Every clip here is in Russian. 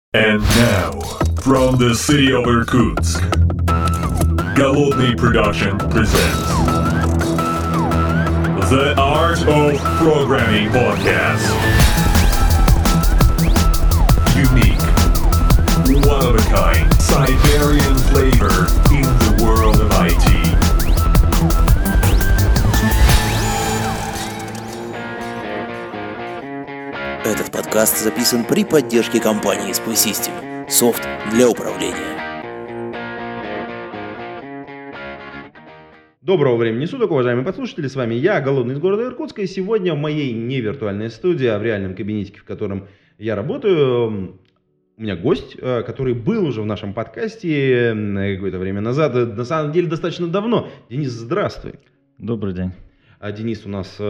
And now, from the city of Irkutsk, Голодный Production presents The Art of Programming Podcast. Unique, one-of-a-kind, Siberian flavor in the world of IT. Этот подкаст записан при поддержке компании SPY System. Софт для управления. Доброго времени суток, уважаемые подслушатели, с вами я, Голодный из города Иркутска, и сегодня в моей не виртуальной студии, а в реальном кабинетике, в котором я работаю, у меня гость, который был уже в нашем подкасте какое-то время назад, на самом деле достаточно давно. Денис, здравствуй. Добрый день. Денис у нас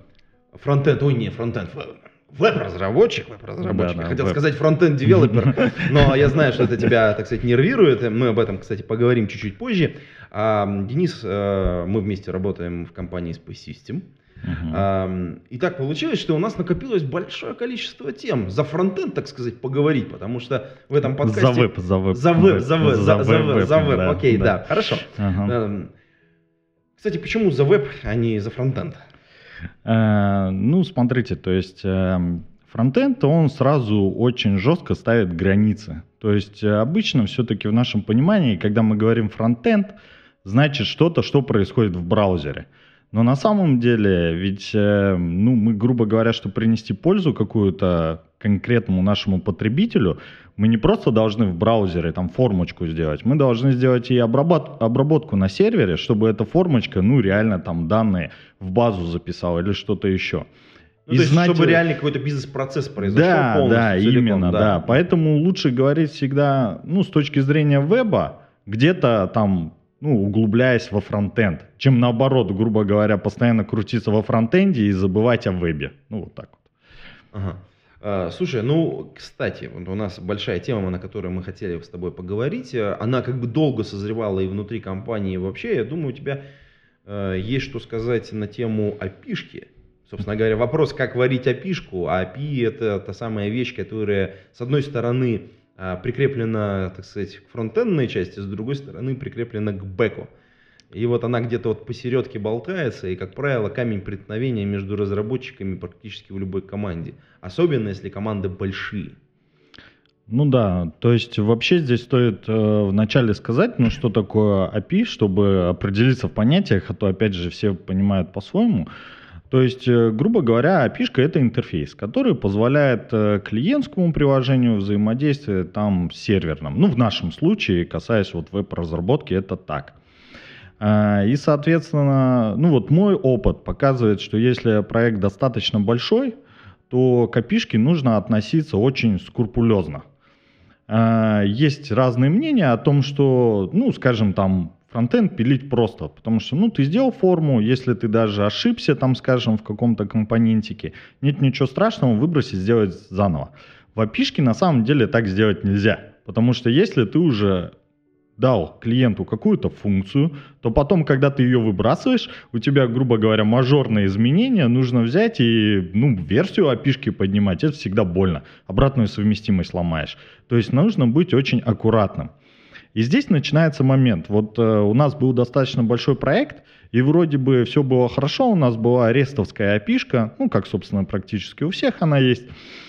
веб-разработчик, Да, хотел сказать фронтенд-девелопер, но я знаю, что это тебя, так сказать, нервирует, мы об этом, кстати, поговорим чуть-чуть позже. Денис, мы вместе работаем в компании SPY System, и так получилось, что у нас накопилось большое количество тем за фронтенд, так сказать, поговорить, потому что в этом подкасте... За веб, окей, да, хорошо. Кстати, почему за веб, а не за фронтенд? Ну, смотрите, то есть фронтенд, он сразу очень жестко ставит границы. То есть обычно все-таки в нашем понимании, когда мы говорим фронтенд, значит что-то, что происходит в браузере. Но на самом деле, ведь мы, грубо говоря, чтобы принести пользу какую-то конкретному нашему потребителю, мы не просто должны в браузере там формочку сделать, мы должны сделать и обработку на сервере, чтобы эта формочка, реально там данные в базу записала или что-то еще. То есть, чтобы реально какой-то бизнес-процесс произошел полностью. Да, целиком, именно, да. Поэтому лучше говорить всегда, с точки зрения веба, где-то там, углубляясь во фронтенд, чем наоборот, грубо говоря, постоянно крутиться во фронтенде и забывать о вебе. Вот так вот. Ага. Слушай, кстати, вот у нас большая тема, на которой мы хотели с тобой поговорить, она как бы долго созревала и внутри компании и вообще. Я думаю, у тебя есть что сказать на тему API-шки. Собственно говоря, вопрос, как варить API-шку, а API это та самая вещь, которая с одной стороны прикреплена, так сказать, к фронтендной части, с другой стороны прикреплена к бэку. И вот она где-то вот посередке болтается, и, как правило, камень преткновения между разработчиками практически в любой команде. Особенно, если команды большие. То есть вообще здесь стоит вначале сказать, что такое API, чтобы определиться в понятиях, а то, опять же, все понимают по-своему. То есть, грубо говоря, API-шка — это интерфейс, который позволяет клиентскому приложению взаимодействовать там с серверным. В нашем случае, касаясь веб-разработки, это так. И, соответственно, мой опыт показывает, что если проект достаточно большой, то к API-шке нужно относиться очень скрупулезно. Есть разные мнения о том, что, скажем, там, фронтенд пилить просто, потому что, ты сделал форму, если ты даже ошибся, там, скажем, в каком-то компонентике, нет ничего страшного, выбросить, сделать заново. В API-шке на самом деле так сделать нельзя, потому что если ты уже дал клиенту какую-то функцию, то потом, когда ты ее выбрасываешь, у тебя, грубо говоря, мажорные изменения, нужно взять и, версию API-шки поднимать, это всегда больно, обратную совместимость ломаешь. То есть нужно быть очень аккуратным. И здесь начинается момент. У нас был достаточно большой проект, и вроде бы все было хорошо, у нас была рестовская API-шка, как, собственно, практически у всех она есть.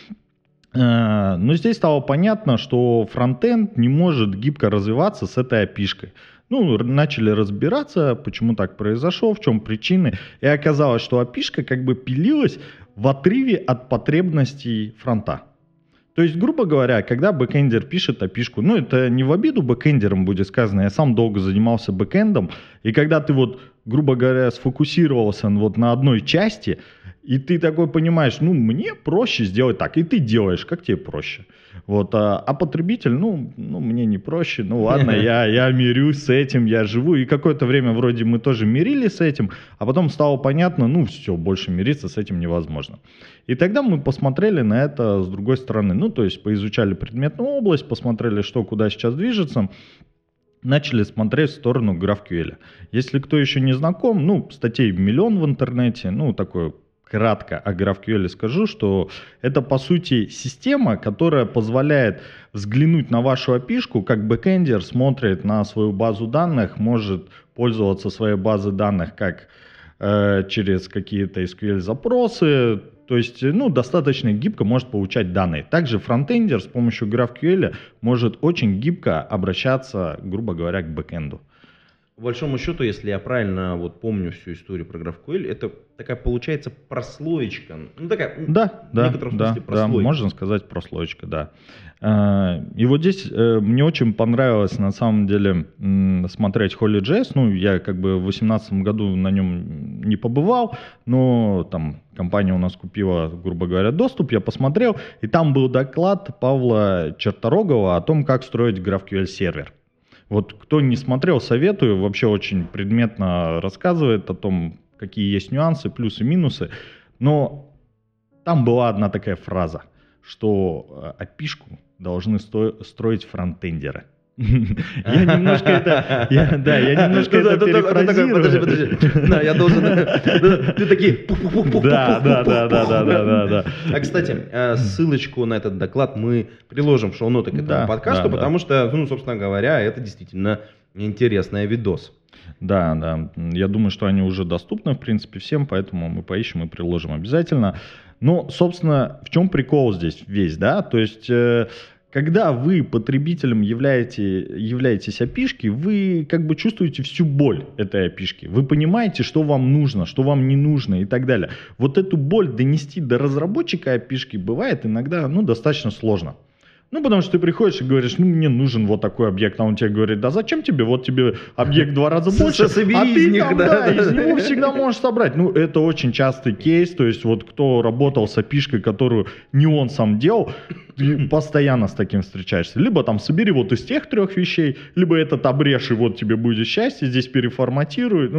Но здесь стало понятно, что фронтенд не может гибко развиваться с этой API-шкой. Начали разбираться, почему так произошло, в чем причины. И оказалось, что API-шка как бы пилилась в отрыве от потребностей фронта. То есть, грубо говоря, когда бэкэндер пишет API-шку, это не в обиду бэкэндерам будет сказано, я сам долго занимался бэкэндом, и когда ты грубо говоря, сфокусировался на одной части, и ты такой понимаешь, мне проще сделать так, и ты делаешь, как тебе проще. А потребитель, мне не проще, ладно, я мирюсь с этим, я живу, и какое-то время вроде мы тоже мирились с этим, а потом стало понятно, все, больше мириться с этим невозможно. И тогда мы посмотрели на это с другой стороны, то есть поизучали предметную область, посмотрели, что куда сейчас движется, начали смотреть в сторону GraphQL. Если кто еще не знаком, статей миллион в интернете, такой кратко о GraphQL скажу, что это, по сути, система, которая позволяет взглянуть на вашу API-шку, как бэкэндер смотрит на свою базу данных, может пользоваться своей базой данных как через какие-то SQL-запросы, то есть, достаточно гибко может получать данные. Также фронтендер с помощью GraphQL может очень гибко обращаться, грубо говоря, к бэкэнду. По большому счету, если я правильно помню всю историю про GraphQL, это такая получается прослоечка. Такая, в некотором смысле прослойка. Да, можно сказать прослоечка, да. И вот здесь мне очень понравилось на самом деле смотреть Holy.js. Я как бы в 2018 году на нем не побывал, но там компания у нас купила, грубо говоря, доступ, я посмотрел, и там был доклад Павла Черторогова о том, как строить GraphQL сервер. Вот кто не смотрел, советую, вообще очень предметно рассказывает о том, какие есть нюансы, плюсы, минусы. Но там была одна такая фраза, что API-шку должны строить фронтендеры. Я немножко это перефразирую. Подожди. Да, я должен... Ты такие... Да. А, кстати, ссылочку на этот доклад мы приложим в шоу-ноты к этому подкасту, потому что, собственно говоря, это действительно интересный видос. Да. Я думаю, что они уже доступны, в принципе, всем, поэтому мы поищем и приложим обязательно. Но, собственно, в чем прикол здесь весь, да? То есть... Когда вы потребителем являетесь API-шки, вы как бы чувствуете всю боль этой API-шки. Вы понимаете, что вам нужно, что вам не нужно и так далее. Вот эту боль донести до разработчика API-шки бывает иногда достаточно сложно. Потому что ты приходишь и говоришь, мне нужен вот такой объект, а он тебе говорит, да зачем тебе, вот тебе объект в 2 раза больше, а ты из него всегда можешь собрать. Это очень частый кейс, то есть вот кто работал с API-шкой, которую не он сам делал, ты постоянно с таким встречаешься. Либо там собери вот из тех 3 вещей, либо этот обрежь, и вот тебе будет счастье, здесь переформатируй.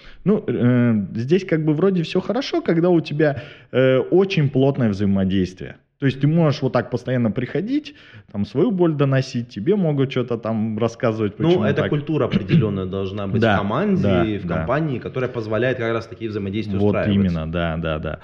Здесь как бы вроде все хорошо, когда у тебя очень плотное взаимодействие. То есть ты можешь вот так постоянно приходить, там свою боль доносить, тебе могут что-то там рассказывать, почему это так. Культура определенная должна быть в команде, в компании, которая позволяет как раз такие взаимодействия устраивать. Вот именно, да.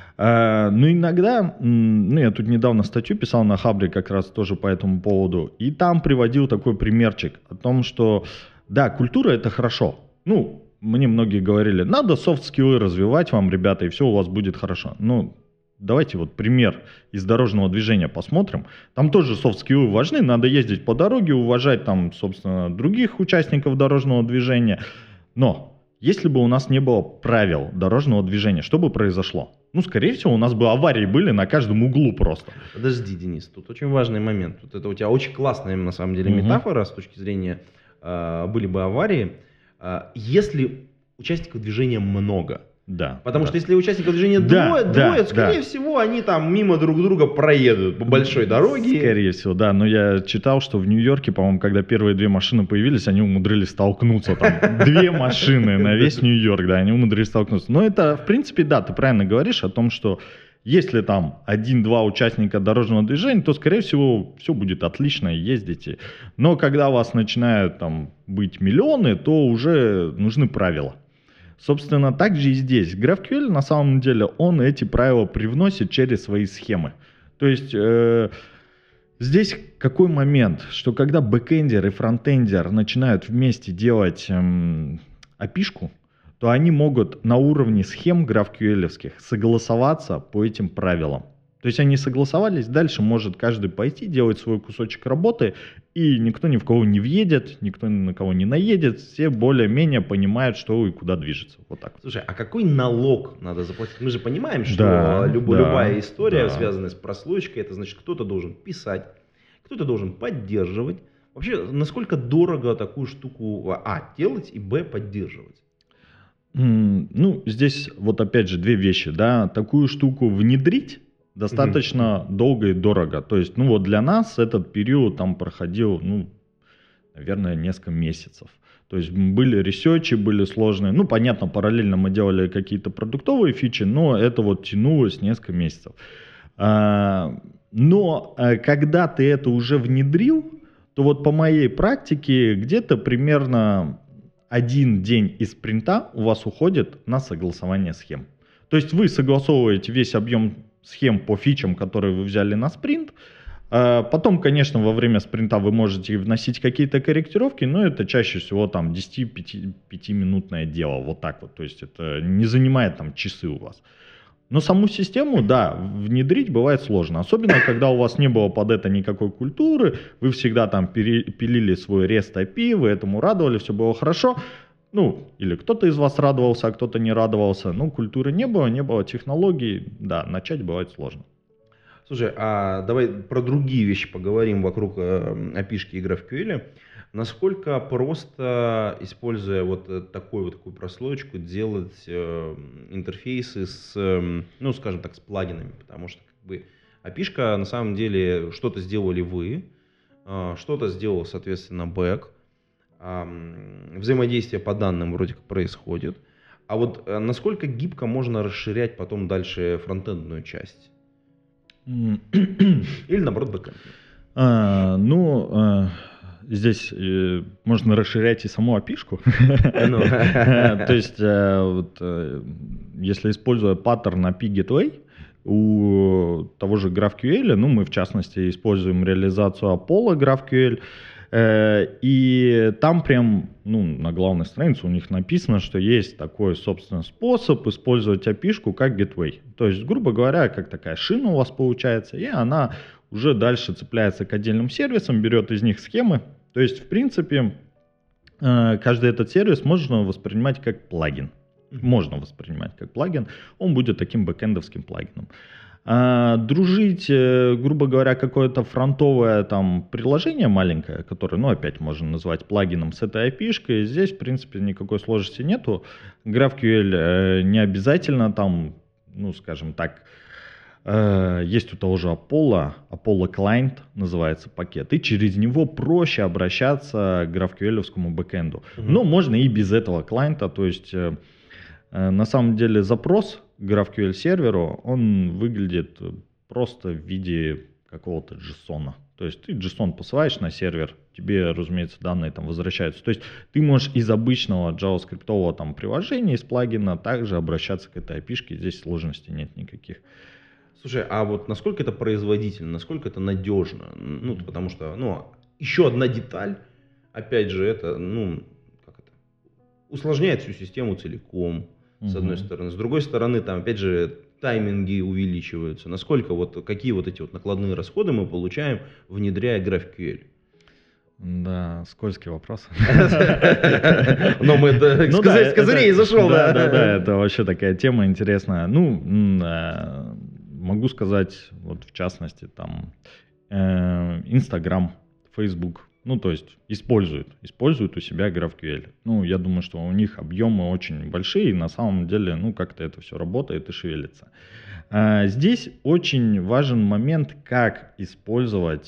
Иногда, я тут недавно статью писал на Хабре как раз тоже по этому поводу, и там приводил такой примерчик о том, что, да, культура это хорошо. Мне многие говорили, надо софт-скиллы развивать вам, ребята, и все у вас будет хорошо. Давайте вот пример из дорожного движения посмотрим. Там тоже софт-скиллы важны, надо ездить по дороге, уважать там, собственно, других участников дорожного движения. Но если бы у нас не было правил дорожного движения, что бы произошло? Скорее всего, у нас бы аварии были на каждом углу просто. Подожди, Денис, тут очень важный момент. Тут это у тебя очень классная, на самом деле, метафора с точки зрения были бы аварии. Если участников движения много. Да. Потому что если участников движения двое, скорее всего, они там мимо друг друга проедут по большой дороге. Скорее всего, да. Но я читал, что в Нью-Йорке, по-моему, когда первые 2 машины появились, они умудрились столкнуться. Там 2 машины на весь Нью-Йорк, да, они умудрились столкнуться. Но это, в принципе, да, ты правильно говоришь о том, что если там 1-2 участника дорожного движения, то, скорее всего, все будет отлично, ездите. Но когда у вас начинают там быть миллионы, то уже нужны правила. Собственно, так же и здесь. GraphQL, на самом деле, он эти правила привносит через свои схемы. То есть, здесь какой момент, что когда бэкэндер и фронтендер начинают вместе делать API-шку, то они могут на уровне схем GraphQL-овских согласоваться по этим правилам. То есть они согласовались, дальше может каждый пойти делать свой кусочек работы, и никто ни в кого не въедет, никто ни на кого не наедет, все более-менее понимают, что и куда движется. Вот так. Слушай, а какой налог надо заплатить? Мы же понимаем, что любая история, связанная с прослойкой, это значит, кто-то должен писать, кто-то должен поддерживать. Вообще, насколько дорого такую штуку делать и поддерживать? Здесь вот опять же 2 вещи. Да? Такую штуку внедрить достаточно долго и дорого. То есть, для нас этот период там проходил, наверное, несколько месяцев. То есть были ресерчи, были сложные. Понятно, параллельно мы делали какие-то продуктовые фичи, но это вот тянулось несколько месяцев. Но когда ты это уже внедрил, то вот по моей практике где-то примерно 1 день из спринта у вас уходит на согласование схем. То есть вы согласовываете весь объем схем по фичам, которые вы взяли на спринт. Потом, конечно, во время спринта вы можете вносить какие-то корректировки, но это чаще всего там 10-5-минутное дело, вот так вот. То есть это не занимает там часы у вас. Но саму систему, да, внедрить бывает сложно. Особенно, когда у вас не было под это никакой культуры, вы всегда там пилили свой REST API, вы этому радовали, все было хорошо. Ну, или кто-то из вас радовался, а кто-то не радовался. Ну, культуры не было технологий, да, начать бывает сложно. Слушай, а давай про другие вещи поговорим вокруг API-шки и GraphQL. Насколько просто, используя вот такую прослоечку, делать интерфейсы с, ну, скажем так, с плагинами? Потому что как бы API-шка на самом деле что-то сделали вы, что-то сделал, соответственно, бэк. Взаимодействие по данным вроде как происходит. А вот насколько гибко можно расширять потом дальше фронтендную часть? Или наоборот бэкэнд? Здесь можно расширять и саму API-шку. То есть, если используя паттерн API Gateway, у того же GraphQL, ну, мы в частности используем реализацию Apollo GraphQL, и там прям, ну, на главной странице у них написано, что есть такой, собственно, способ использовать API-шку как Gateway. То есть, грубо говоря, как такая шина у вас получается, и она уже дальше цепляется к отдельным сервисам, берет из них схемы. То есть, в принципе, каждый этот сервис можно воспринимать как плагин. Он будет таким бэкэндовским плагином. Дружить, грубо говоря, какое-то фронтовое там приложение маленькое, которое, ну, опять можно назвать плагином с этой API-шкой, здесь, в принципе, никакой сложности нету. GraphQL не обязательно там, ну, скажем так, есть у того же Apollo Client называется пакет, и через него проще обращаться к GraphQL-овскому бэкэнду. Но можно и без этого клиента, то есть на самом деле запрос к GraphQL серверу, он выглядит просто в виде какого-то JSON. То есть ты JSON посылаешь на сервер, тебе, разумеется, данные там возвращаются. То есть ты можешь из обычного JavaScript там приложения, из плагина также обращаться к этой API-шке, здесь сложностей нет никаких. Слушай, а вот насколько это производительно, насколько это надежно? Ну, потому что, ну, еще одна деталь, опять же, это, ну, усложняет всю систему целиком, с одной стороны. С другой стороны, там, опять же, тайминги увеличиваются. Насколько какие эти накладные расходы мы получаем, внедряя GraphQL? Да, скользкий вопрос. Но мы с козырей зашел. Да, это вообще такая тема интересная. Ну, могу сказать, вот в частности, там, Instagram, Facebook, ну, то есть используют у себя GraphQL. Ну, я думаю, что у них объемы очень большие, и на самом деле, ну, как-то это все работает и шевелится. Здесь очень важен момент, как использовать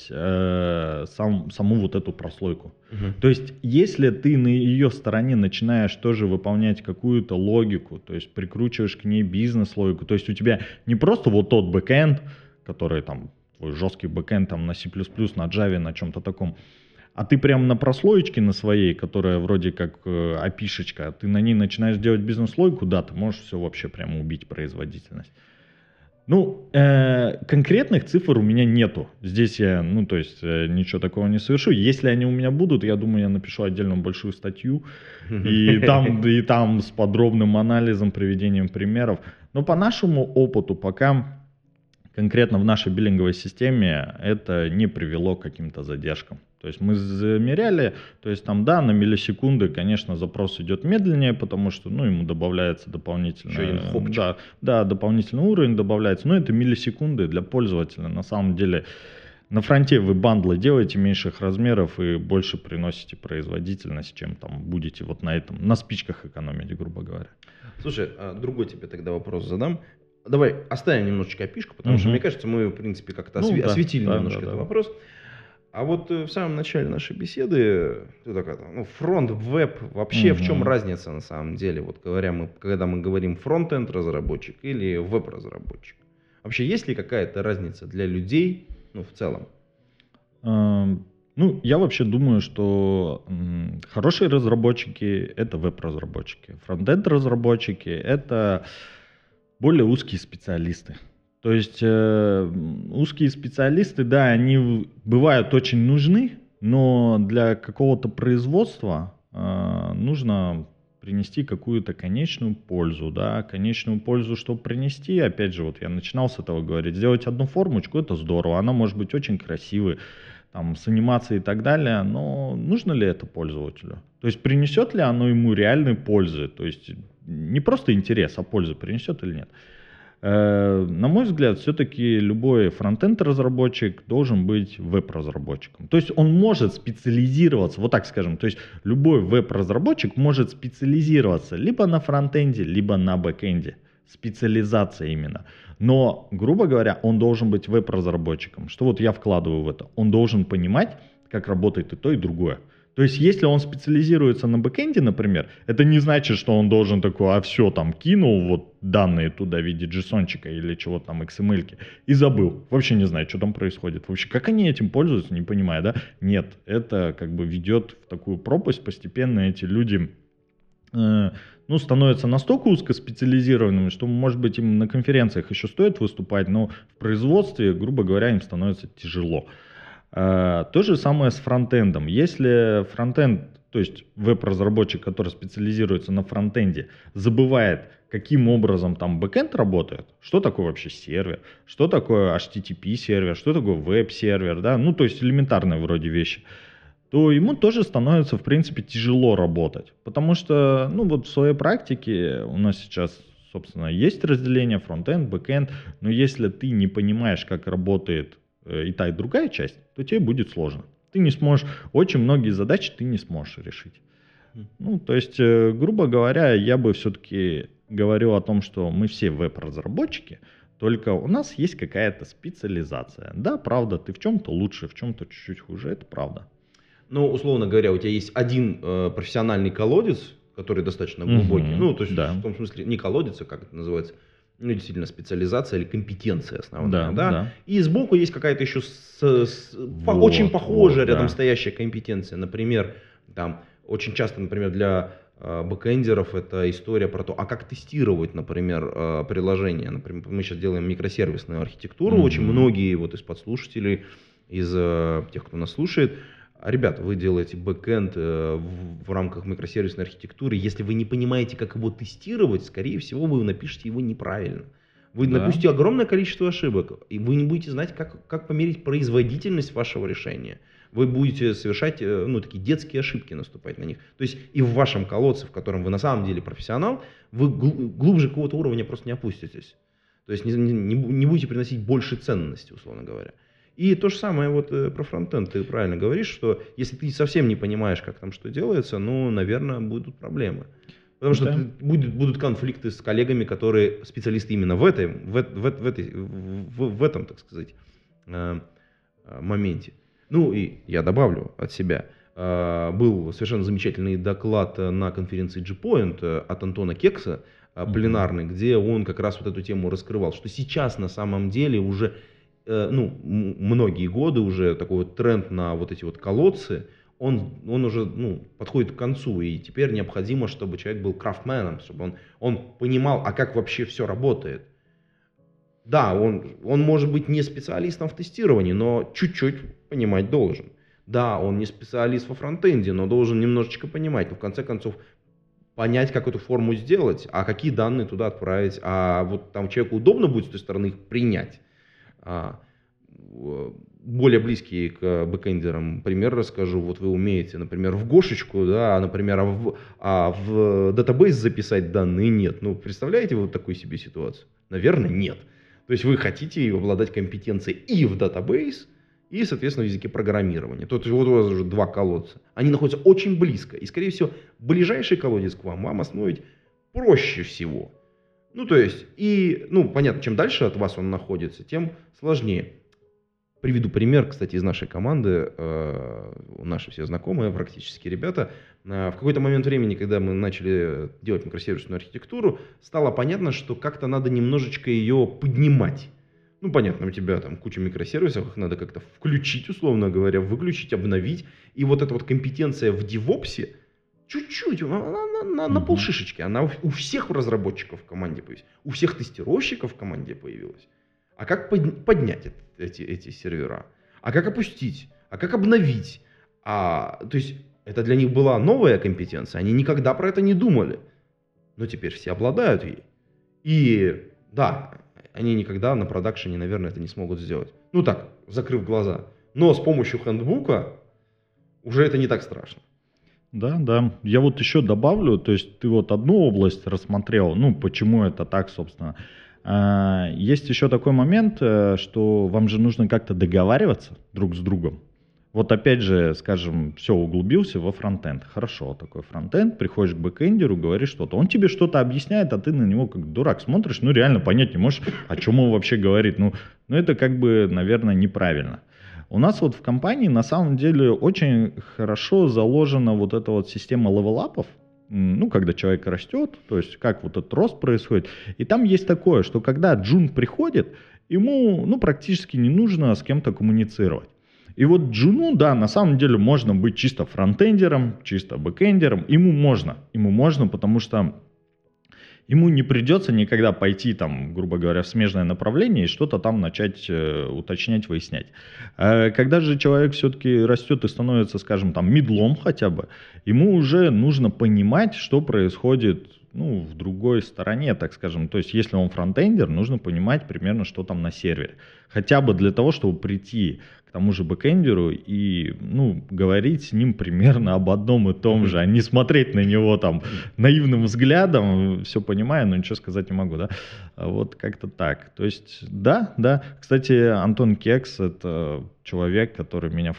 саму вот эту прослойку. То есть, если ты на ее стороне начинаешь тоже выполнять какую-то логику, то есть прикручиваешь к ней бизнес-логику, то есть у тебя не просто вот тот бэкэнд, который там, твой жесткий бэкэнд там на C++, на Java, на чем-то таком, а ты прям на прослоечке на своей, которая вроде как API-шечка, ты на ней начинаешь делать бизнес-логику, да, ты можешь все вообще прямо убить производительность. Ну, конкретных цифр у меня нету. Здесь я, ну, то есть, ничего такого не совершу. Если они у меня будут, я думаю, я напишу отдельную большую статью, и там с подробным анализом, приведением примеров. Но по нашему опыту пока конкретно в нашей биллинговой системе это не привело к каким-то задержкам. То есть мы замеряли, то есть там, да, на миллисекунды, конечно, запрос идет медленнее, потому что, ну, ему добавляется дополнительный, дополнительный уровень добавляется, но это миллисекунды для пользователя. На самом деле на фронте вы бандлы делаете меньших размеров и больше приносите производительность, чем там будете вот на этом, на спичках экономить, грубо говоря. Слушай, другой тебе тогда вопрос задам. Давай оставим немножечко API-шку, потому что, мне кажется, мы, в принципе, как-то осветили немножко этот вопрос. А вот в самом начале нашей беседы, фронт, веб, вообще в чем разница на самом деле? Вот когда мы говорим фронт-энд разработчик или веб-разработчик. Вообще есть ли какая-то разница для людей, ну, в целом? Ну, я вообще думаю, что хорошие разработчики — это веб-разработчики. Фронт-энд разработчики — это, более узкие специалисты. То есть узкие специалисты, да, они бывают очень нужны, но для какого-то производства нужно принести какую-то конечную пользу, да, конечную пользу, чтобы принести, опять же, вот я начинал с этого говорить, сделать одну формочку, это здорово, она может быть очень красивой, там, с анимацией и так далее, но нужно ли это пользователю? То есть принесет ли оно ему реальной пользы, то есть не просто интерес, а пользу принесет или нет? На мой взгляд, все-таки любой фронтенд-разработчик должен быть веб-разработчиком. То есть он может специализироваться, вот так скажем, то есть любой веб-разработчик может специализироваться либо на фронтенде, либо на бэкенде. Специализация именно. Но, грубо говоря, он должен быть веб-разработчиком. Что вот я вкладываю в это? Он должен понимать, как работает и то, и другое. То есть, если он специализируется на бэкенде, например, это не значит, что он должен такой, все, там, кинул вот данные туда в виде JSON-чика или чего-то там, XML-ки, и забыл. Вообще не знаю, что там происходит. Вообще, как они этим пользуются, не понимаю, да? Нет, это как бы ведет в такую пропасть. Постепенно эти люди, становятся настолько узкоспециализированными, что, может быть, им на конференциях еще стоит выступать, но в производстве, грубо говоря, им становится тяжело. То же самое с фронтендом. Если фронтенд, то есть веб-разработчик, который специализируется на фронтенде, забывает, каким образом там бэкенд работает, что такое вообще сервер, что такое HTTP сервер, что такое веб-сервер, да, ну то есть элементарные вроде вещи, то ему тоже становится, в принципе, тяжело работать. Потому что, вот в своей практике у нас сейчас, собственно, есть разделение фронтенд, бэкенд, но если ты не понимаешь, как работает и та, и другая часть, то тебе будет сложно. Ты не сможешь, очень многие задачи ты не сможешь решить. То есть, грубо говоря, я бы все-таки говорил о том, что мы все веб-разработчики, только у нас есть какая-то специализация. Да, правда, ты в чем-то лучше, в чем-то чуть-чуть хуже, это правда. Условно говоря, у тебя есть один профессиональный колодец, который достаточно глубокий. То есть, в том смысле, не колодец, а как это называется, действительно специализация или компетенция основная, да? И сбоку есть какая-то еще очень похожая рядом стоящая компетенция. Например, там очень часто, например, для бэкэндеров это история про то, а как тестировать, например, приложение. Например, мы сейчас делаем микросервисную архитектуру, очень многие из подслушателей, из тех, кто нас слушает, ребята, вы делаете бэкэнд в рамках микросервисной архитектуры. Если вы не понимаете, как его тестировать, скорее всего, вы напишете его неправильно. Вы допустите огромное количество ошибок, и вы не будете знать, как померить производительность вашего решения. Вы будете совершать такие детские ошибки, наступать на них. То есть и в вашем колодце, в котором вы на самом деле профессионал, вы глубже какого-то уровня просто не опуститесь. То есть не будете приносить больше ценности, условно говоря. И то же самое про фронтенд. Ты правильно говоришь, что если ты совсем не понимаешь, как там что делается, наверное, будут проблемы. Потому что будут конфликты с коллегами, которые специалисты именно в этом, так сказать, моменте. И я добавлю от себя. Был совершенно замечательный доклад на конференции G-Point от Антона Кекса, пленарный, где он как раз эту тему раскрывал, что сейчас на самом деле уже многие годы уже такой тренд на эти колодцы, он уже подходит к концу, и теперь необходимо, чтобы человек был крафтменом, чтобы он понимал, а как вообще все работает. Да, он может быть не специалистом в тестировании, но чуть-чуть понимать должен. Да, он не специалист во фронтенде, но должен немножечко понимать, в конце концов понять, как эту форму сделать, а какие данные туда отправить, а там человеку удобно будет с той стороны их принять. Более близкие к бэкэндерам пример расскажу. Вы умеете, например, в Гошечку, да, например, в датабейс записать данные нет. Представляете вы такую себе ситуацию? Наверное, нет. То есть вы хотите обладать компетенцией и в датабейс, и, соответственно, в языке программирования. То есть у вас уже два колодца. Они находятся очень близко. И, скорее всего, ближайший колодец к вам освоить проще всего. Понятно, чем дальше от вас он находится, тем сложнее. Приведу пример, кстати, из нашей команды, наши все знакомые, практически ребята. В какой-то момент времени, когда мы начали делать микросервисную архитектуру, стало понятно, что как-то надо немножечко ее поднимать. Понятно, у тебя там куча микросервисов, их надо как-то включить, условно говоря, выключить, обновить. И эта компетенция в DevOps Чуть-чуть, на полшишечки. Она у всех разработчиков в команде появилась, у всех тестировщиков в команде появилась. А как поднять эти сервера? А как опустить? А как обновить? То есть это для них была новая компетенция, они никогда про это не думали. Но теперь все обладают ей. И да, они никогда на продакшене, наверное, это не смогут сделать. Ну так, закрыв глаза. Но с помощью хэндбука уже это не так страшно. Да. Я вот еще добавлю, то есть ты вот одну область рассмотрел, ну почему это так, собственно. Есть еще такой момент, что вам же нужно как-то договариваться друг с другом. Вот опять же, скажем, все, углубился во фронтенд. Хорошо, такой фронтенд, приходишь к бэкэндеру, говоришь что-то. Он тебе что-то объясняет, а ты на него как дурак смотришь, ну реально понять не можешь, о чем он вообще говорит. Ну это как бы, наверное, неправильно. У нас вот в компании на самом деле очень хорошо заложена вот эта вот система левелапов, ну, когда человек растет, то есть как вот этот рост происходит. И там есть такое, что когда джун приходит, ему, ну, практически не нужно с кем-то коммуницировать. И вот джуну, да, на самом деле можно быть чисто фронтендером, чисто бэкэндером. Ему можно, потому что ему не придется никогда пойти, там, грубо говоря, в смежное направление и что-то там начать уточнять, выяснять. Когда же человек все-таки растет и становится, скажем, там, мидлом хотя бы, ему уже нужно понимать, что происходит, ну, в другой стороне, так скажем. То есть, если он фронтендер, нужно понимать примерно, что там на сервере. Хотя бы для того, чтобы прийти к тому же бэкэндеру и, ну, говорить с ним примерно об одном и том же, а не смотреть на него там наивным взглядом, все понимаю, но ничего сказать не могу, да. Вот как-то так. То есть, да. Кстати, Антон Кекс — это человек, который меня в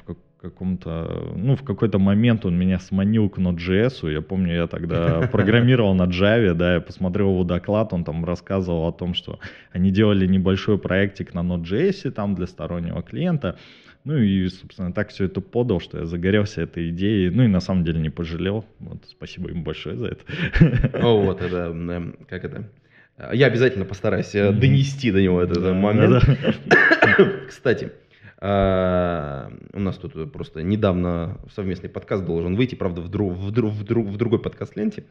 какой-то момент он меня сманил к Node.js. Я помню, я тогда программировал на Java, да, я посмотрел его доклад, он там рассказывал о том, что они делали небольшой проектик на Node.js там для стороннего клиента. Ну и, собственно, так все это подал, что я загорелся этой идеей. Ну и на самом деле не пожалел. Вот, спасибо им большое за это. Вот это, как это... Я обязательно постараюсь донести до него этот момент. Кстати, у нас тут просто недавно совместный подкаст должен выйти, правда, в другой подкаст-ленте.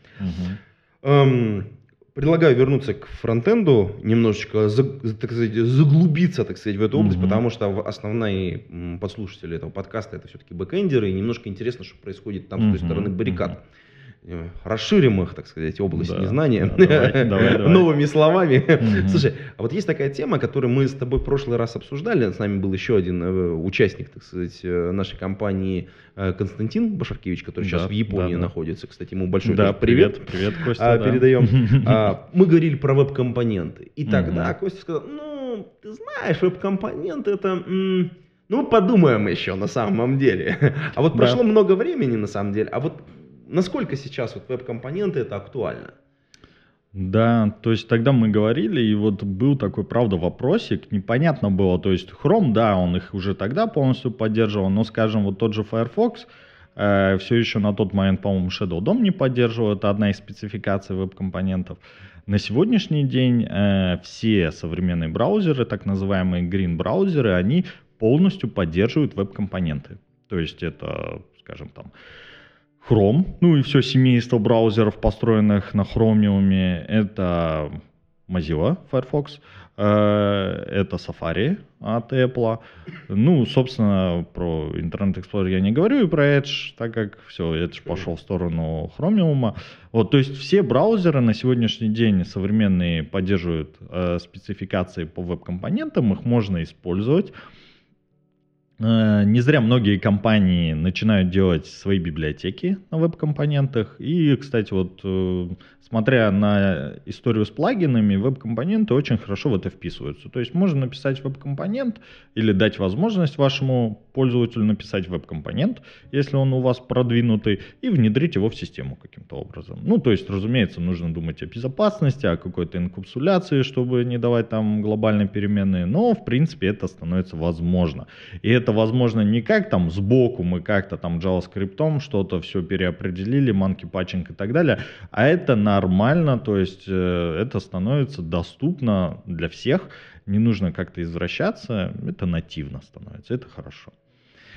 Предлагаю вернуться к фронтенду, немножечко, так сказать, заглубиться, так сказать, в эту область, потому что основные подслушатели этого подкаста — это все-таки бэкэндеры, и немножко интересно, что происходит там с той стороны баррикад. Расширим их, так сказать, область незнания давай. новыми словами. Слушай, а вот есть такая тема, которую мы с тобой в прошлый раз обсуждали. С нами был еще один участник, так сказать, нашей компании, Константин Башаркевич, который сейчас в Японии находится. Кстати, ему большой привет. Привет, Костя. Передаем. Мы говорили про веб-компоненты. И тогда Костя сказал, ну, ты знаешь, веб-компоненты это... Ну, подумаем еще на самом деле. А вот прошло много времени на самом деле. А вот насколько сейчас вот веб-компоненты это актуально? Да, то есть тогда мы говорили, и вот был такой, правда, вопросик, непонятно было, то есть Chrome, да, он их уже тогда полностью поддерживал, но, скажем, вот тот же Firefox все еще на тот момент, по-моему, Shadow DOM не поддерживал, это одна из спецификаций веб-компонентов. На сегодняшний день все современные браузеры, так называемые green браузеры, они полностью поддерживают веб-компоненты, то есть это, скажем, там, Chrome, ну и все семейство браузеров, построенных на Chromium, это Mozilla Firefox, это Safari от Apple. Ну, собственно, про Internet Explorer я не говорю, и про Edge, так как все, Edge пошел в сторону Chromium. Вот, то есть все браузеры на сегодняшний день современные поддерживают спецификации по веб-компонентам, их можно использовать. Не зря многие компании начинают делать свои библиотеки на веб-компонентах. И, кстати, вот смотря на историю с плагинами, веб-компоненты очень хорошо в это вписываются. То есть можно написать веб-компонент или дать возможность вашему пользователю написать веб-компонент, если он у вас продвинутый, и внедрить его в систему каким-то образом. Ну, то есть, разумеется, нужно думать о безопасности, о какой-то инкапсуляции, чтобы не давать там глобальные переменные, но, в принципе, это становится возможно. И это возможно не как там сбоку мы как-то там JavaScript что-то все переопределили, monkey patching и так далее, а это нормально, то есть это становится доступно для всех, не нужно как-то извращаться, это нативно становится, это хорошо.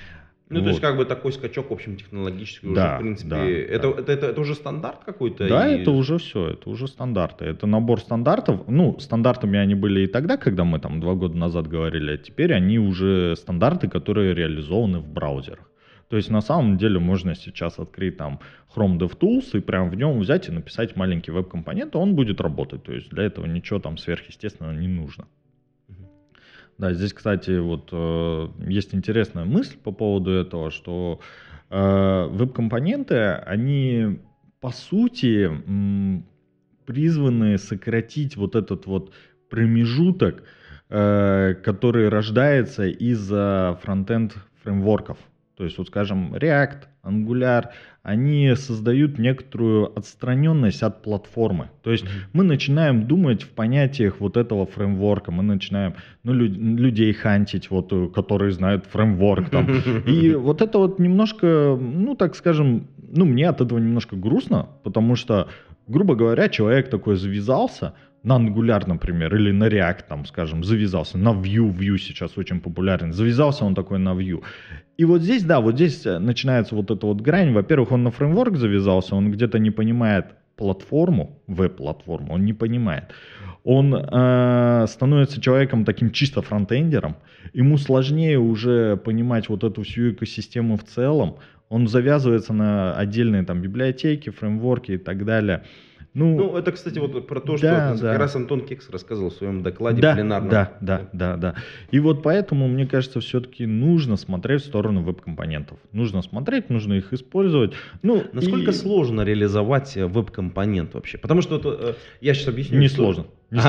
Ну, то есть, как бы такой скачок, в общем, технологический уже, Да, в принципе, да, это уже стандарт какой-то? Да, это уже все, это уже стандарты. Это набор стандартов. Ну, стандартами они были и тогда, когда мы там 2 года назад говорили, а теперь они уже стандарты, которые реализованы в браузерах. То есть, на самом деле, можно сейчас открыть там Chrome DevTools и прям в нем взять и написать маленький веб-компонент, и он будет работать. То есть, для этого ничего там сверхъестественного не нужно. Да, здесь, кстати, вот есть интересная мысль по поводу этого, что веб-компоненты, они по сути призваны сократить вот этот вот промежуток, который рождается из-за фронтенд фреймворков. То есть, вот скажем, React, Angular, они создают некоторую отстраненность от платформы. То есть мы начинаем думать в понятиях вот этого фреймворка, мы начинаем людей хантить, вот, которые знают фреймворк. Там. И вот это вот немножко, ну так скажем, ну мне от этого немножко грустно, потому что, грубо говоря, человек такой завязался, на Angular, например, или на React, там, скажем, завязался, на Vue сейчас очень популярен, завязался он такой на Vue. И вот здесь, да, вот здесь начинается вот эта вот грань. Во-первых, он на фреймворк завязался, он где-то не понимает платформу, веб-платформу, он не понимает. Он становится человеком таким чисто фронтендером, ему сложнее уже понимать вот эту всю экосистему в целом, он завязывается на отдельные там библиотеки, фреймворки и так далее. Ну, это, кстати, вот про то, что как раз Антон Кекс рассказывал в своем докладе пленарном. Да. И вот поэтому, мне кажется, все-таки нужно смотреть в сторону веб-компонентов. Нужно смотреть, нужно их использовать. Насколько сложно реализовать веб-компонент вообще? Потому что я сейчас объясню. Не сложно.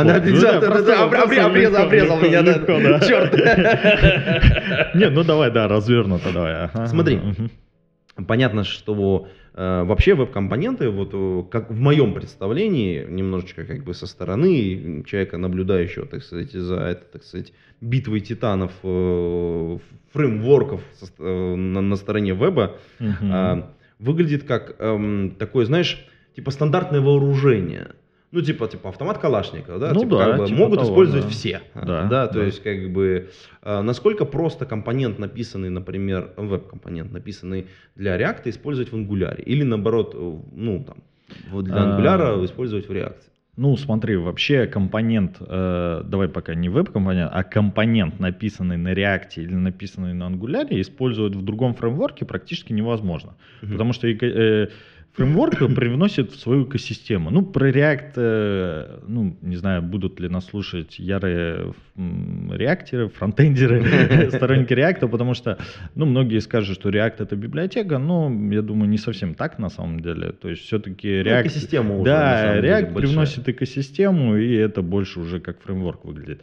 Обрезал меня, черт. Не, ну давай, да, развернуто давай. Смотри, понятно, что вообще веб-компоненты, вот как в моем представлении, немножечко как бы со стороны человека, наблюдающего, так сказать, за битвой титанов фреймворков на стороне веба, выглядит как такое, знаешь, типа стандартное вооружение. Ну, типа автомат Калашникова, да, могут использовать все. То есть, как бы, насколько просто компонент, написанный, например, веб-компонент, написанный для React, использовать в Angular, или наоборот, для Angular использовать в React. Ну, смотри, вообще компонент, давай пока не веб-компонент, а компонент, написанный на React или написанный на Angular, использовать в другом фреймворке практически невозможно. Потому что фреймворк привносит в свою экосистему. Ну, про React, не знаю, будут ли нас слушать ярые реактеры, фронтендеры, сторонники React, потому что, многие скажут, что React это библиотека, но я думаю, не совсем так на самом деле. То есть все-таки React... экосистема уже, да, React привносит экосистему, и это больше уже как фреймворк выглядит.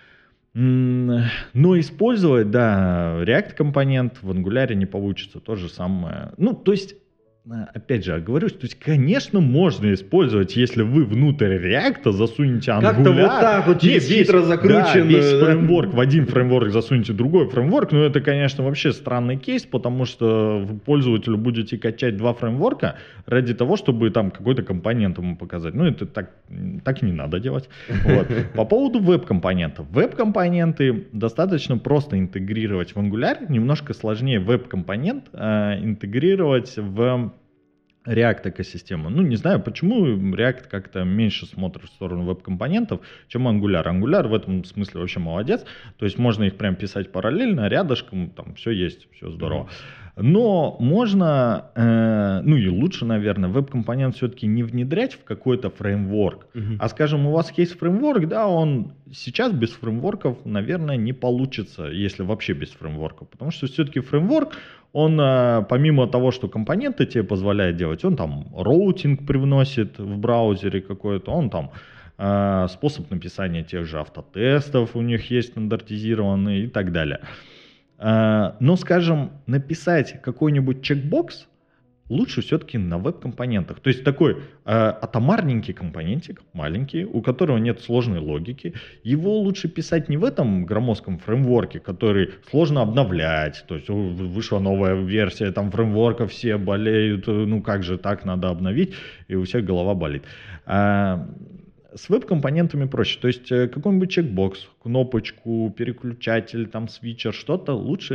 Но использовать, React компонент в Angular не получится, то же самое. То есть, опять же, оговорюсь, то есть, конечно, можно использовать, если вы внутрь React засунете Angular. Как-то вот так вот, хитро закручен. Весь фреймворк, в один фреймворк засунете другой фреймворк, но это, конечно, вообще странный кейс, потому что вы пользователю будете качать 2 фреймворка ради того, чтобы там какой-то компонент ему показать. Это так не надо делать. Вот. По поводу веб-компонентов. Веб-компоненты достаточно просто интегрировать в Angular, немножко сложнее веб-компонент интегрировать в React экосистему. Не знаю, почему React как-то меньше смотрит в сторону веб-компонентов, чем Angular. Angular в этом смысле вообще молодец. То есть можно их прям писать параллельно, рядышком, там все есть, все здорово. Но можно, и лучше, наверное, веб-компонент все-таки не внедрять в какой-то фреймворк. А, скажем, у вас есть фреймворк, он сейчас без фреймворков, наверное, не получится, если вообще без фреймворков. Потому что все-таки фреймворк, он помимо того, что компоненты тебе позволяет делать, он там роутинг привносит в браузере какой-то, он там способ написания тех же автотестов у них есть стандартизированный и так далее. Но, скажем, написать какой-нибудь чекбокс лучше все-таки на веб-компонентах. То есть такой атомарненький компонентик, маленький, у которого нет сложной логики. Его лучше писать не в этом громоздком фреймворке, который сложно обновлять. То есть вышла новая версия там фреймворка, все болеют, как же так, надо обновить, и у всех голова болит. С веб-компонентами проще. То есть какой-нибудь чекбокс, кнопочку, переключатель, там свитчер, что-то лучше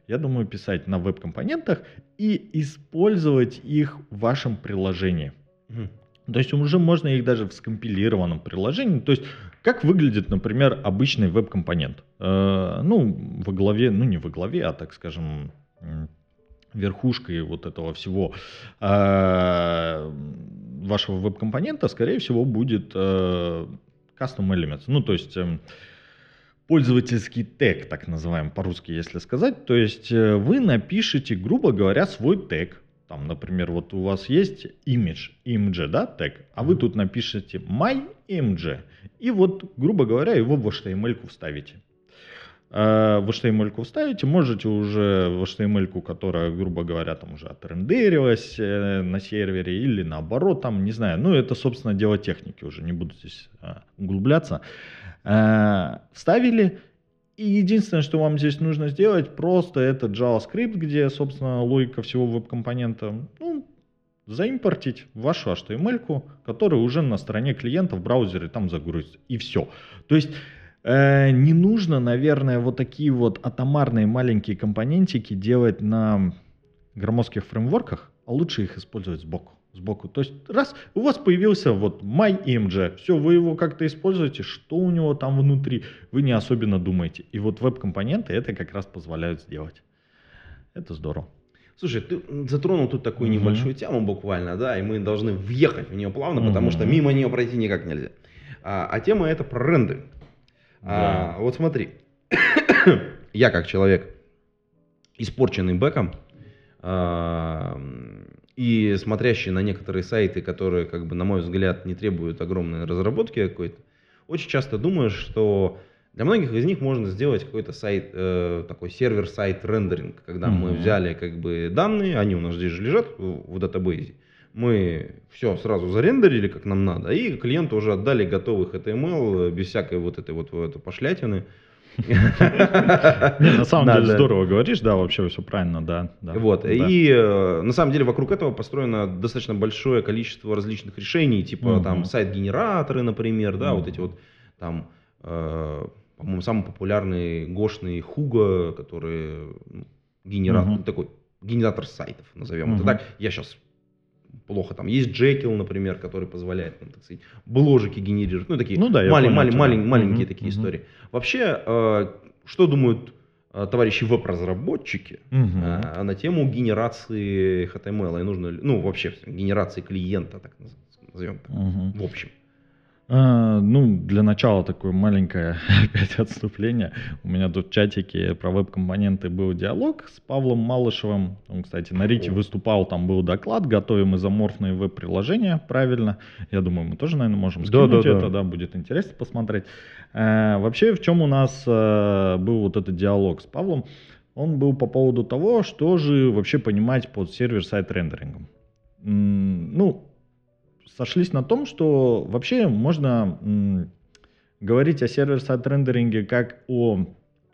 я думаю, писать на веб-компонентах и использовать их в вашем приложении. То есть уже можно их даже в скомпилированном приложении. То есть как выглядит, например, обычный веб-компонент? Во главе, не во главе, а так скажем, верхушкой вот этого всего вашего веб-компонента, скорее всего, будет custom elements. То есть пользовательский тег, так называемый по-русски, если сказать. То есть вы напишите, грубо говоря, свой тег. Там, например, вот у вас есть image, да, тег, а вы тут напишите myimg, и вот, грубо говоря, его в HTML-ку вставите. В HTML-ку вставите, можете уже в HTML-ку, которая, грубо говоря, там уже отрендерилась на сервере или наоборот, там, не знаю, это, собственно, дело техники уже, не буду здесь углубляться. Вставили. И единственное, что вам здесь нужно сделать, просто это JavaScript, где, собственно, логика всего веб-компонента, заимпортить в вашу HTML-ку, которая уже на стороне клиента в браузере там загрузится. И все. То есть не нужно, наверное, вот такие вот атомарные маленькие компонентики делать на громоздких фреймворках, а лучше их использовать сбоку. То есть раз у вас появился вот myimg, все, вы его как-то используете, что у него там внутри, вы не особенно думаете. И вот веб-компоненты это как раз позволяют сделать. Это здорово. Слушай, ты затронул тут такую небольшую тему буквально, да, и мы должны въехать в нее плавно, потому что мимо нее пройти никак нельзя. А тема это про рендеринг. Да. Вот смотри, я как человек, испорченный бэком, и смотрящий на некоторые сайты, которые, на мой взгляд, не требуют огромной разработки какой-то, очень часто думаю, что для многих из них можно сделать какой-то сайт, такой сервер-сайт рендеринг, когда мы взяли данные, они у нас здесь же лежат в датабейзе, мы все сразу зарендерили, как нам надо, и клиенту уже отдали готовый HTML без всякой вот этой пошлятины. На самом деле здорово говоришь, да, вообще все правильно, да. Вот, и на самом деле вокруг этого построено достаточно большое количество различных решений, типа там сайт-генераторы, например, да, вот эти вот там, по-моему, самый популярный гошный Hugo, который генератор, такой генератор сайтов, назовем это так. Я сейчас плохо. Там есть Jekyll, например, который позволяет, так сказать, бложики генерировать. Такие маленькие такие истории. Вообще, что думают товарищи веб-разработчики на тему генерации HTML? И нужно, вообще, генерации клиента, так назовем так, в общем. Для начала такое маленькое опять отступление. У меня тут в чатике про веб-компоненты был диалог с Павлом Малышевым. Он, кстати, на Рите выступал, там был доклад, готовим изоморфные веб-приложения, правильно. Я думаю, мы тоже, наверное, можем скинуть это, да, будет интересно посмотреть. Вообще, в чем у нас был вот этот диалог с Павлом? Он был по поводу того, что же вообще понимать под сервер-сайт рендерингом. Сошлись на том, что вообще можно говорить о сервер-сайт рендеринге как о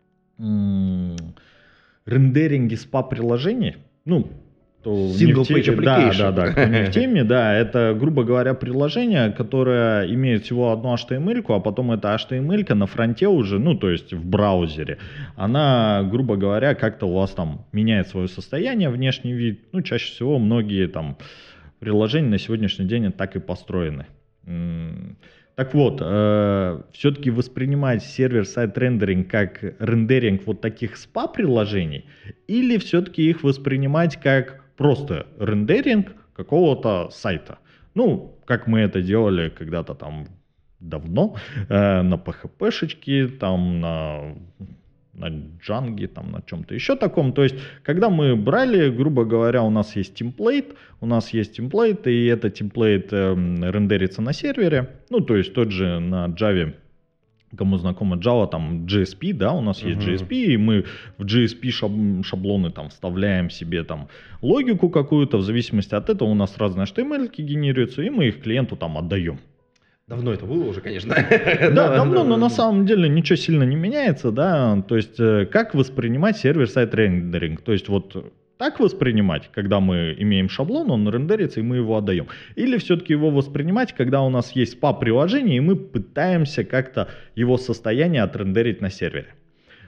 рендеринге SPA-приложений. Single-page application. Да, кто не в теме, да, это, грубо говоря, приложение, которое имеет всего одну HTML-ку, а потом эта HTML-ка на фронте уже, то есть в браузере, она, грубо говоря, как-то у вас там меняет свое состояние, внешний вид. Чаще всего многие там приложения на сегодняшний день так и построены. Так вот, все-таки воспринимать сервер-сайт рендеринг как рендеринг вот таких SPA-приложений, или все-таки их воспринимать как просто рендеринг какого-то сайта? Как мы это делали когда-то там давно, на PHP-шечке, там на Django, там на чем-то еще таком. То есть, когда мы брали, грубо говоря, у нас есть темплейт, и этот темплейт рендерится на сервере, то есть тот же на Java, кому знакомо Java, там JSP, да, у нас есть JSP, и мы в JSP шаблоны там вставляем себе там логику какую-то, в зависимости от этого у нас разные HTML-ки генерируются, и мы их клиенту там отдаем. Давно это было уже, конечно. Да, давно, но на самом деле ничего сильно не меняется, да, то есть как воспринимать сервер-сайт рендеринг, то есть вот так воспринимать, когда мы имеем шаблон, он рендерится, и мы его отдаем, или все-таки его воспринимать, когда у нас есть SPA-приложение, и мы пытаемся как-то его состояние отрендерить на сервере.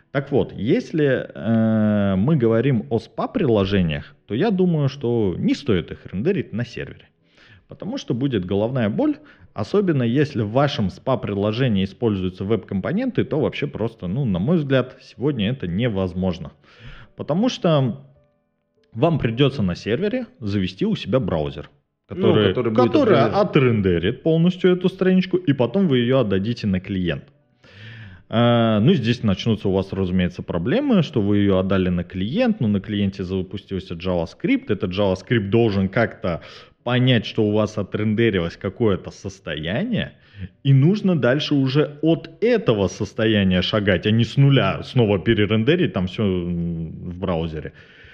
Так вот, если мы говорим о SPA-приложениях, то я думаю, что не стоит их рендерить на сервере. Потому что будет головная боль, особенно если в вашем SPA-приложении используются веб-компоненты, то вообще просто, на мой взгляд, сегодня это невозможно. Потому что вам придется на сервере завести у себя браузер, который отрендерит полностью эту страничку, и потом вы ее отдадите на клиент. Здесь начнутся у вас, разумеется, проблемы, что вы ее отдали на клиент, но на клиенте запустился JavaScript, этот JavaScript должен как-то понять, что у вас отрендерилось какое-то состояние, и нужно дальше уже от этого состояния шагать, а не с нуля снова перерендерить там все в браузере.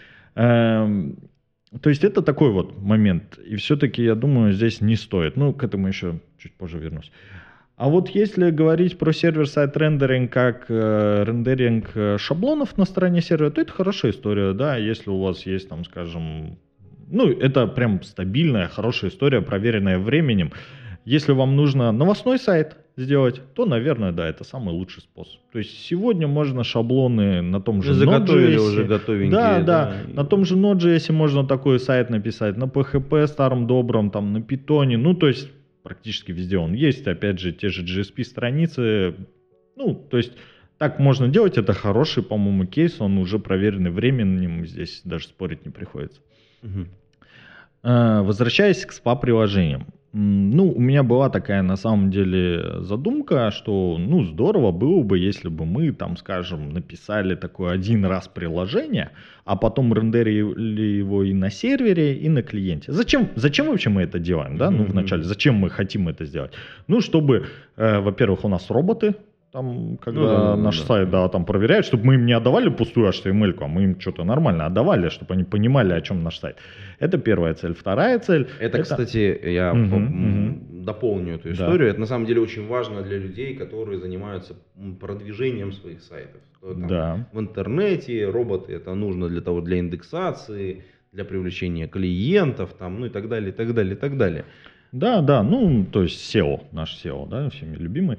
То есть это такой вот момент, и все-таки, я думаю, здесь не стоит. К этому еще чуть позже вернусь. А вот если говорить про сервер-сайд рендеринг как рендеринг шаблонов на стороне сервера, то это хорошая история, да, если у вас есть там, скажем, это прям стабильная, хорошая история, проверенная временем. Если вам нужно новостной сайт сделать, то, наверное, да, это самый лучший способ. То есть сегодня можно шаблоны на том же заготовили уже готовенькие. Да, на том же Node.js можно такой сайт написать, на PHP старом добром, там, на Python, то есть практически везде он есть, опять же, те же GSP-страницы, то есть так можно делать, это хороший, по-моему, кейс, он уже проверенный временем, здесь даже спорить не приходится. Возвращаясь к SPA-приложениям. У меня была такая, на самом деле, задумка, что, здорово было бы, если бы мы, там, скажем, написали такое один раз приложение, а потом рендерили его и на сервере, и на клиенте. Зачем вообще мы это делаем, да? Вначале, зачем мы хотим это сделать? Чтобы, во-первых, у нас роботы, там, когда наш сайт, там проверяют, чтобы мы им не отдавали пустую HTML-ку, а мы им что-то нормально отдавали, чтобы они понимали, о чем наш сайт. Это первая цель. Вторая цель... Это, кстати, я дополню эту историю. Это на самом деле очень важно для людей, которые занимаются продвижением своих сайтов. В интернете роботы это нужно для индексации, для привлечения клиентов, и так далее, и так далее, и так далее. Да, то есть SEO, наш SEO, да, всеми любимый.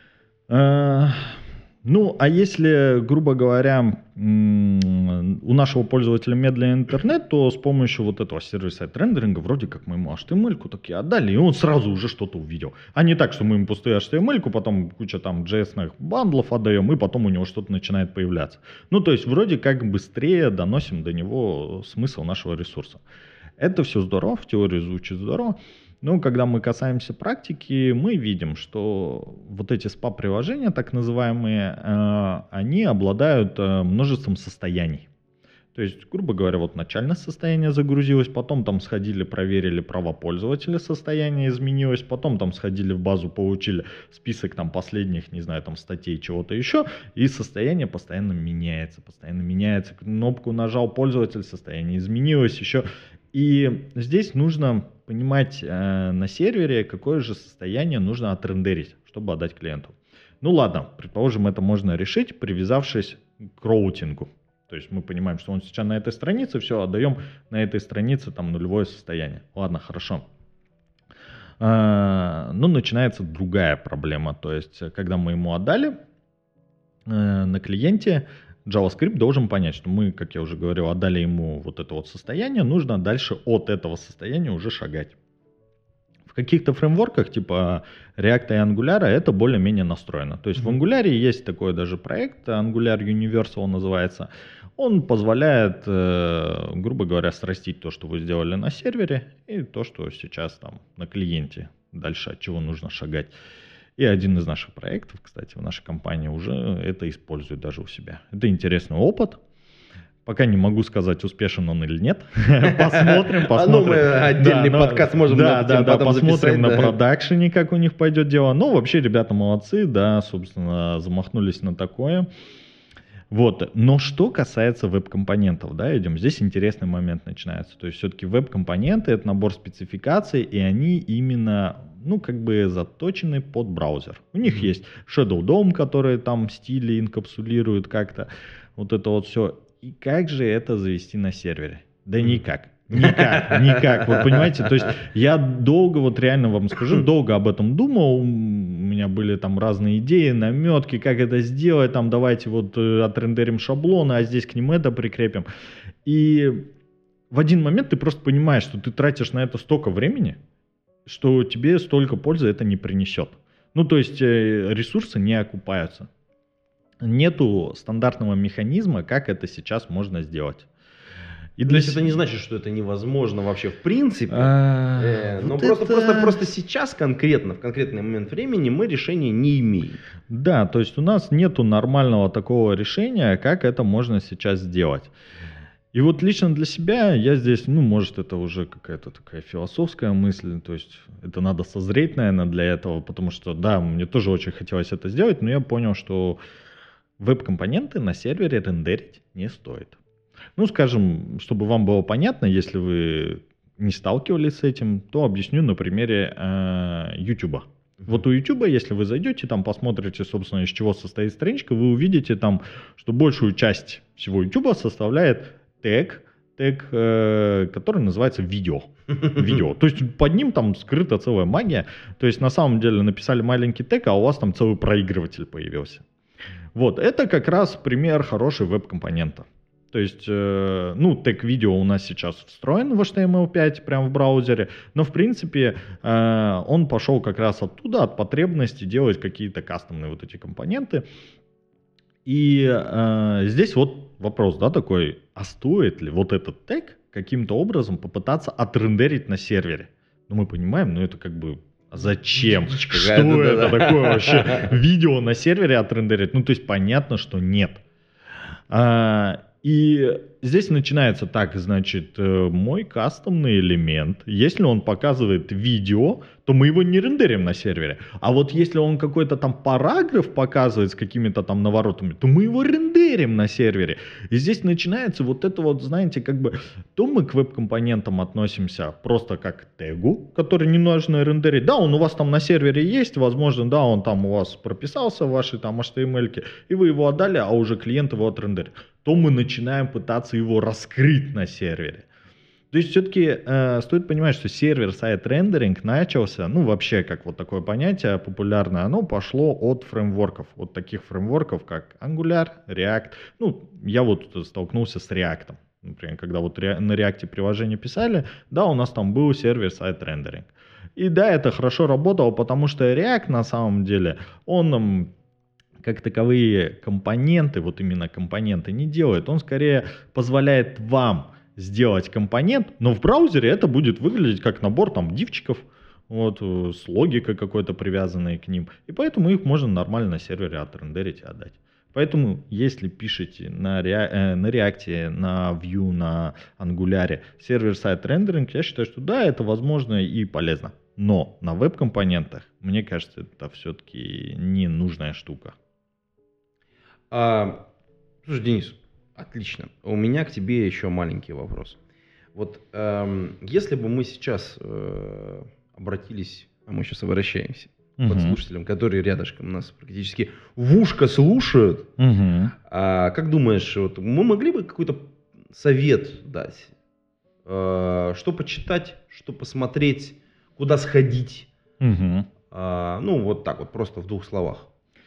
А если, грубо говоря, у нашего пользователя медленный интернет, то с помощью вот этого сервер-сайд рендеринга вроде как мы ему HTML-ку таки отдали, и он сразу уже что-то увидел. А не так, что мы ему пустую HTML-ку, потом куча там JS-ных бандлов отдаем, и потом у него что-то начинает появляться. То есть вроде как быстрее доносим до него смысл нашего ресурса. Это все здорово, в теории звучит здорово. Но когда мы касаемся практики, мы видим, что вот эти SPA-приложения, так называемые, они обладают множеством состояний. То есть, грубо говоря, вот начальное состояние загрузилось, потом там сходили, проверили права пользователя, состояние изменилось, потом там сходили в базу, получили список там последних, не знаю, там статей, чего-то еще, и состояние постоянно меняется. Кнопку нажал пользователь, состояние изменилось еще. И здесь нужно понимать на сервере, какое же состояние нужно отрендерить, чтобы отдать клиенту. Ладно, предположим, это можно решить, привязавшись к роутингу. То есть мы понимаем, что он сейчас на этой странице, все, отдаем на этой странице там нулевое состояние. Ладно, хорошо. Начинается другая проблема. То есть, когда мы ему отдали на клиенте, JavaScript должен понять, что мы, как я уже говорил, отдали ему вот это вот состояние, нужно дальше от этого состояния уже шагать. В каких-то фреймворках типа React и Angular это более-менее настроено. То есть в Angular есть такой даже проект, Angular Universal называется. Он позволяет, грубо говоря, срастить то, что вы сделали на сервере, и то, что сейчас там на клиенте, дальше от чего нужно шагать. И один из наших проектов, кстати, в нашей компании уже это использует даже у себя. Это интересный опыт. Пока не могу сказать, успешен он или нет. Посмотрим. Мы отдельный подкаст можем посмотрим на продакшене, как у них пойдет дело. Вообще, ребята молодцы, да, собственно, замахнулись на такое. Но что касается веб-компонентов, да, идем. Здесь интересный момент начинается. То есть все-таки веб-компоненты — это набор спецификаций, и они именно, заточены под браузер. У них есть Shadow DOM, который там стили инкапсулирует как-то. Вот это вот все. И как же это завести на сервере? Да никак. Никак. Вы понимаете? То есть я долго, реально вам скажу, долго об этом думал. У меня меня были там разные идеи, наметки, как это сделать, там давайте вот отрендерим шаблоны, а здесь к ним это прикрепим. И в один момент ты просто понимаешь, что ты тратишь на это столько времени, что тебе столько пользы это не принесет. Ну, то есть ресурсы не окупаются. Нету стандартного механизма, как это сейчас можно сделать. И то есть это не значит, что это невозможно вообще в принципе, но просто сейчас конкретно, в конкретный момент времени мы решения не имеем. Да, то есть у нас нету нормального такого решения, как это можно сейчас сделать. И вот лично для себя я здесь, может это уже какая-то такая философская мысль, то есть это надо созреть, наверное, для этого, потому что, да, мне тоже очень хотелось это сделать, но я понял, что веб-компоненты на сервере рендерить не стоит. Скажем, чтобы вам было понятно, если вы не сталкивались с этим, то объясню на примере YouTube. Вот у YouTube, если вы зайдете, там посмотрите, собственно, из чего состоит страничка, вы увидите там, что большую часть всего YouTube составляет тег, который называется видео. То есть под ним там скрыта целая магия. То есть на самом деле написали маленький тег, а у вас там целый проигрыватель появился. Вот, это как раз пример хорошей веб-компонента. То есть, тег видео у нас сейчас встроен в HTML5 прямо в браузере, но в принципе он пошел как раз оттуда, от потребности делать какие-то кастомные вот эти компоненты. И здесь вот вопрос, да, такой, а стоит ли вот этот тег каким-то образом попытаться отрендерить на сервере? Мы понимаем, это как бы зачем? Что это такое вообще? Видео на сервере отрендерить? То есть понятно, что нет. И здесь начинается так, значит, мой кастомный элемент, если он показывает видео, то мы его не рендерим на сервере. А вот если он какой-то там параграф показывает с какими-то там наворотами, то мы его рендерим на сервере. И здесь начинается вот это вот, знаете, как бы, то мы к веб-компонентам относимся просто как к тегу, который не нужно рендерить. Да, он у вас там на сервере есть, возможно, да, он там у вас прописался в вашей там HTML-ке, и вы его отдали, а уже клиент его отрендерит. То мы начинаем пытаться его раскрыть на сервере. То есть все-таки стоит понимать, что сервер-сайт рендеринг начался, вообще как вот такое понятие популярное, оно пошло от фреймворков, от таких фреймворков, как Angular, React. Я вот столкнулся с React. Например, когда вот на React приложение писали, да, у нас там был сервер-сайт рендеринг. И да, это хорошо работало, потому что React на самом деле, он как таковые компоненты, вот именно компоненты не делает, он скорее позволяет вам сделать компонент, но в браузере это будет выглядеть как набор там дивчиков, вот, с логикой какой-то привязанной к ним, и поэтому их можно нормально на сервере отрендерить и отдать. Поэтому, если пишете на React, на Vue, на Angular сервер-сайт рендеринг, я считаю, что да, это возможно и полезно. Но на веб-компонентах, мне кажется, это все-таки не нужная штука. Слушай, Денис, отлично. У меня к тебе еще маленький вопрос. Вот если бы мы сейчас обратились, а мы сейчас обращаемся к подслушателям, которые рядышком нас практически в ушко слушают, как думаешь, вот мы могли бы какой-то совет дать? Что почитать, что посмотреть, куда сходить? Вот так вот, просто в двух словах.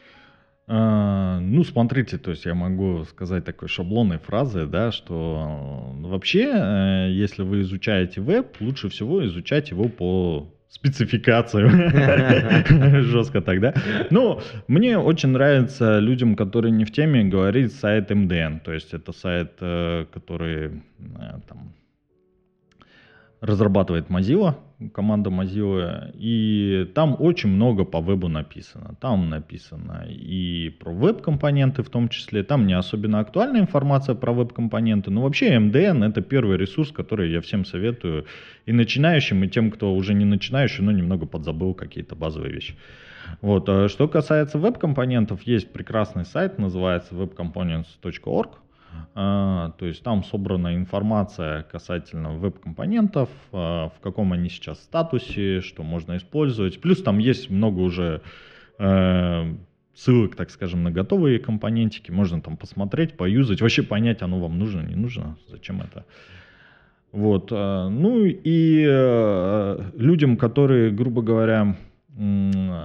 Смотрите, то есть я могу сказать такой шаблонной фразой, да, что вообще, если вы изучаете веб, лучше всего изучать его по спецификации. Жестко так, да? Но мне очень нравится людям, которые не в теме, говорить сайт MDN. То есть это сайт, который там разрабатывает Mozilla, команда Mozilla, и там очень много по вебу написано. Там написано и про веб-компоненты в том числе, там не особенно актуальная информация про веб-компоненты, но вообще MDN — это первый ресурс, который я всем советую, и начинающим, и тем, кто уже не начинающий, но немного подзабыл какие-то базовые вещи. Вот. Что касается веб-компонентов, есть прекрасный сайт, называется webcomponents.org. То есть там собрана информация касательно веб-компонентов, в каком они сейчас статусе, что можно использовать. Плюс там есть много уже ссылок, так скажем, на готовые компонентики. Можно там посмотреть, поюзать, вообще понять, оно вам нужно, не нужно, зачем это. Вот. И людям, которые, грубо говоря,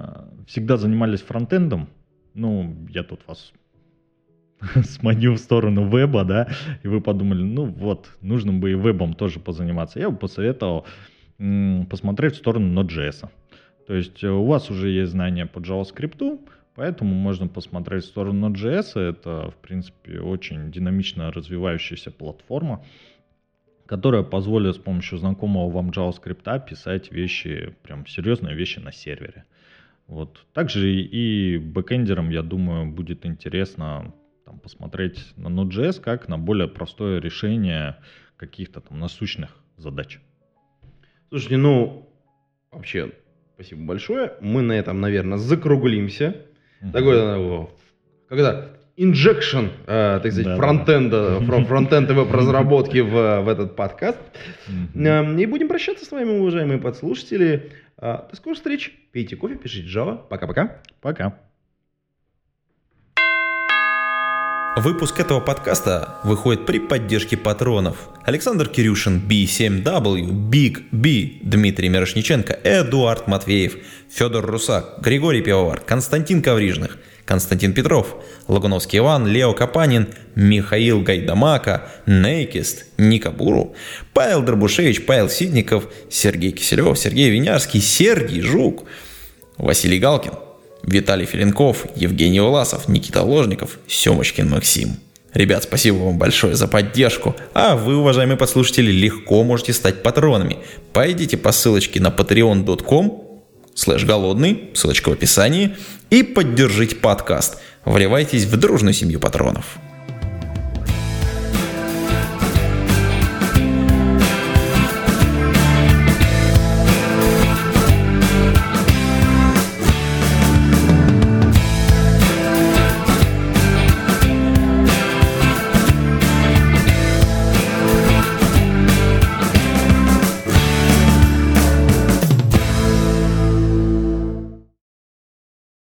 всегда занимались фронтендом, ну, я тут вас сманю в сторону веба, да, и вы подумали, ну вот, нужно бы и вебом тоже позаниматься. Я бы посоветовал посмотреть в сторону Node.js. То есть у вас уже есть знания по JavaScript, поэтому можно посмотреть в сторону Node.js. Это, в принципе, очень динамично развивающаяся платформа, которая позволит с помощью знакомого вам JavaScript писать вещи, прям серьезные вещи на сервере. Вот. Также и бэкэндерам, я думаю, будет интересно там посмотреть на Node.js как на более простое решение каких-то там насущных задач. Слушайте, ну, вообще, спасибо большое. Мы на этом, наверное, закруглимся. Такой, когда инжекшн, так сказать, фронтенда, фронтенд и веб-разработки в этот подкаст. И будем прощаться с вами, уважаемые подслушатели. До скорых встреч. Пейте кофе, пишите Java. Пока-пока. Пока. Выпуск этого подкаста выходит при поддержке патронов. Александр Кирюшин, B7W, Big B, Дмитрий Мирошниченко, Эдуард Матвеев, Федор Русак, Григорий Пивовар, Константин Коврижных, Константин Петров, Лагуновский Иван, Лео Капанин, Михаил Гайдамака, Нейкист, Ника Буру, Павел Дробушевич, Павел Ситников, Сергей Киселев, Сергей Винярский, Сергей Жук, Василий Галкин, Виталий Филинков, Евгений Власов, Никита Ложников, Семочкин Максим. Ребят, спасибо вам большое за поддержку. А вы, уважаемые подслушатели, легко можете стать патронами. Пойдите по ссылочке на patreon.com/голодный, ссылочка в описании, и поддержите подкаст. Вливайтесь в дружную семью патронов.